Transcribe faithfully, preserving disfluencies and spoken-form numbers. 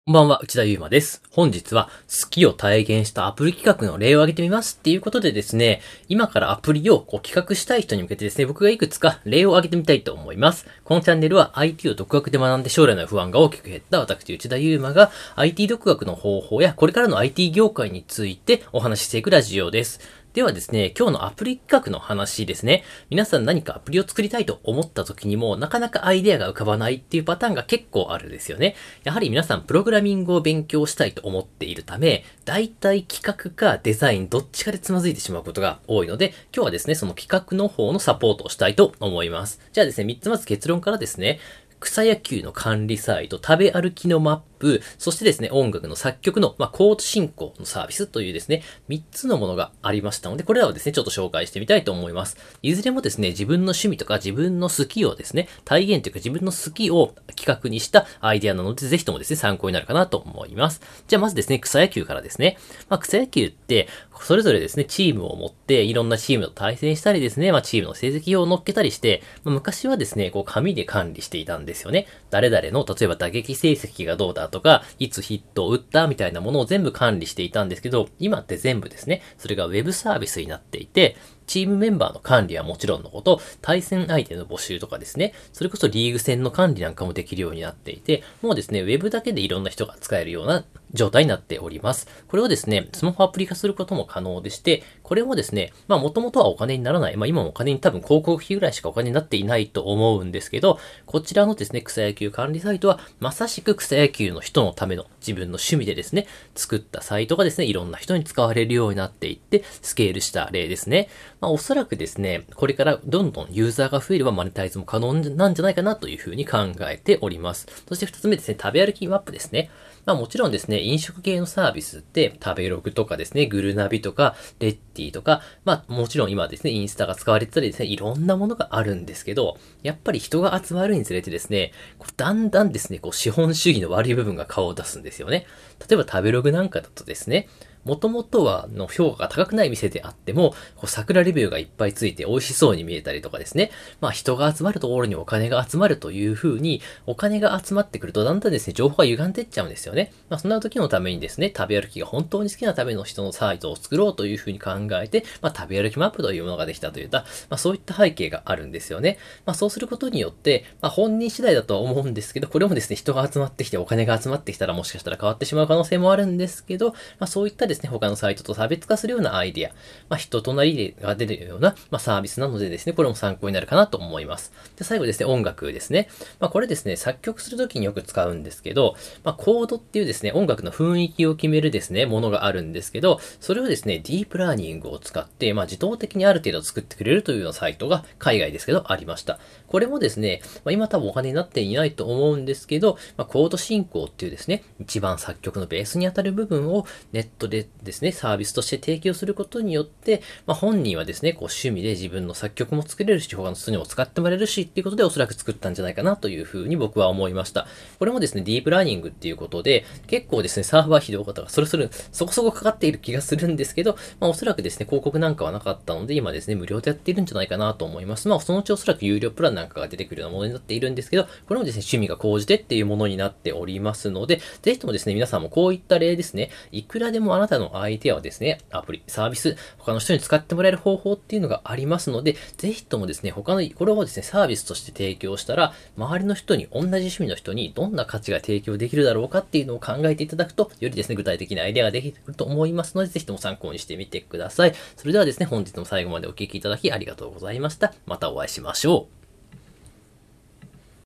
こんばんは、内田祐馬です。本日は好きを体現したアプリ企画の例を挙げてみますっていうことでですね、今からアプリをこう企画したい人に向けてですね、僕がいくつか例を挙げてみたいと思います。このチャンネルは アイティー を独学で学んで将来の不安が大きく減った私、内田祐馬が アイティー 独学の方法やこれからの アイティー 業界についてお話ししていくラジオです。ではですね、今日のアプリ企画の話ですね。皆さん何かアプリを作りたいと思った時にも、なかなかアイデアが浮かばないっていうパターンが結構あるんですよね。やはり皆さんプログラミングを勉強したいと思っているため、大体企画かデザインどっちかでつまずいてしまうことが多いので、今日はですね、その企画の方のサポートをしたいと思います。じゃあですね、みっつまず結論からですね、草野球の管理サイト、食べ歩きのマップ、そしてですね、音楽の作曲の、まあ、コード進行のサービスというですね、みっつのものがありましたので、これらをですね、ちょっと紹介してみたいと思います。いずれもですね、自分の趣味とか自分の好きをですね、体現というか自分の好きを企画にしたアイデアなので、ぜひともですね、参考になるかなと思います。じゃあまずですね、草野球からですね。まあ、草野球って、それぞれですね、チームを持って、いろんなチームと対戦したりですね、まあ、チームの成績を乗っけたりして、まあ、昔はですね、こう、紙で管理していたんですよね。誰々の、例えば打撃成績がどうだとか、いつヒットを打ったみたいなものを全部管理していたんですけど、今って全部ですね、それがウェブサービスになっていて、チームメンバーの管理はもちろんのこと、対戦相手の募集とかですね、それこそリーグ戦の管理なんかもできるようになっていて、もうですね、ウェブだけでいろんな人が使えるような状態になっております。これをですね、スマホアプリ化することも可能でして、これもですね、まあ元々はお金にならない、まあ今もお金に多分広告費ぐらいしかお金になっていないと思うんですけど、こちらのですね、草野球管理サイトは、まさしく草野球の人のための自分の趣味でですね、作ったサイトがですね、いろんな人に使われるようになっていって、スケールした例ですね。まあおそらくですね、これからどんどんユーザーが増えればマネタイズも可能なんじゃないかなというふうに考えております。そして二つ目ですね、食べ歩きマップですね。まあもちろんですね、飲食系のサービスって食べログとかですね、グルナビとか、レッティとか、まあもちろん今ですね、インスタが使われてたりですね、いろんなものがあるんですけど、やっぱり人が集まるにつれてですね、だんだんですね、こう資本主義の悪い部分が顔を出すんですよね。例えば食べログなんかだとですね、元々はの評価が高くない店であっても、こう桜レビューがいっぱいついて美味しそうに見えたりとかですね。まあ人が集まるところにお金が集まるという風に、お金が集まってくるとだんだんですね、情報が歪んでいっちゃうんですよね。まあそんな時のためにですね、食べ歩きが本当に好きなための人のサイトを作ろうという風に考えて、まあ食べ歩きマップというものができたといった、まあそういった背景があるんですよね。まあそうすることによって、まあ本人次第だとは思うんですけど、これもですね、人が集まってきてお金が集まってきたらもしかしたら変わってしまう可能性もあるんですけど、まあそういったですね、他のサイトと差別化するようなアイディア、まあ、人となりが出るような、まあ、サービスなのでですね、これも参考になるかなと思います。で、最後ですね、音楽ですね。まあ、これですね、作曲するときによく使うんですけど、まあ、コードっていうですね、音楽の雰囲気を決めるですね、ものがあるんですけど、それをですね、ディープラーニングを使って、まあ、自動的にある程度作ってくれるというようなサイトが海外ですけどありました。これもですね、まあ、今多分お金になっていないと思うんですけど、まあ、コード進行っていうですね、一番作曲のベースにあたる部分をネットでですね、サービスとして提供することによって、まあ、本人はですね、こう趣味で自分の作曲も作れるし、他の人にも使ってもらえるしっていうことでおそらく作ったんじゃないかなというふうに僕は思いました。これもですね、ディープラーニングっていうことで、結構ですね、サーバー費動画とかそれぞれそこそこかかっている気がするんですけど、まあ、おそらくですね、広告なんかはなかったので、今ですね、無料でやっているんじゃないかなと思います。まあ、そのうちおそらく有料プランなんかが出てくるようなものになっているんですけど、これもですね、趣味が高じてっていうものになっておりますので、ぜひともですね、皆さんもこういった例ですね、いくらでもあなたのアイデアをですね、アプリ、サービス、他の人に使ってもらえる方法っていうのがありますので、ぜひともですね、他の、これをですね、サービスとして提供したら、周りの人に、同じ趣味の人にどんな価値が提供できるだろうかっていうのを考えていただくと、よりですね、具体的なアイデアができてくると思いますので、ぜひとも参考にしてみてください。それではですね、本日も最後までお聞きいただきありがとうございました。またお会いしましょう。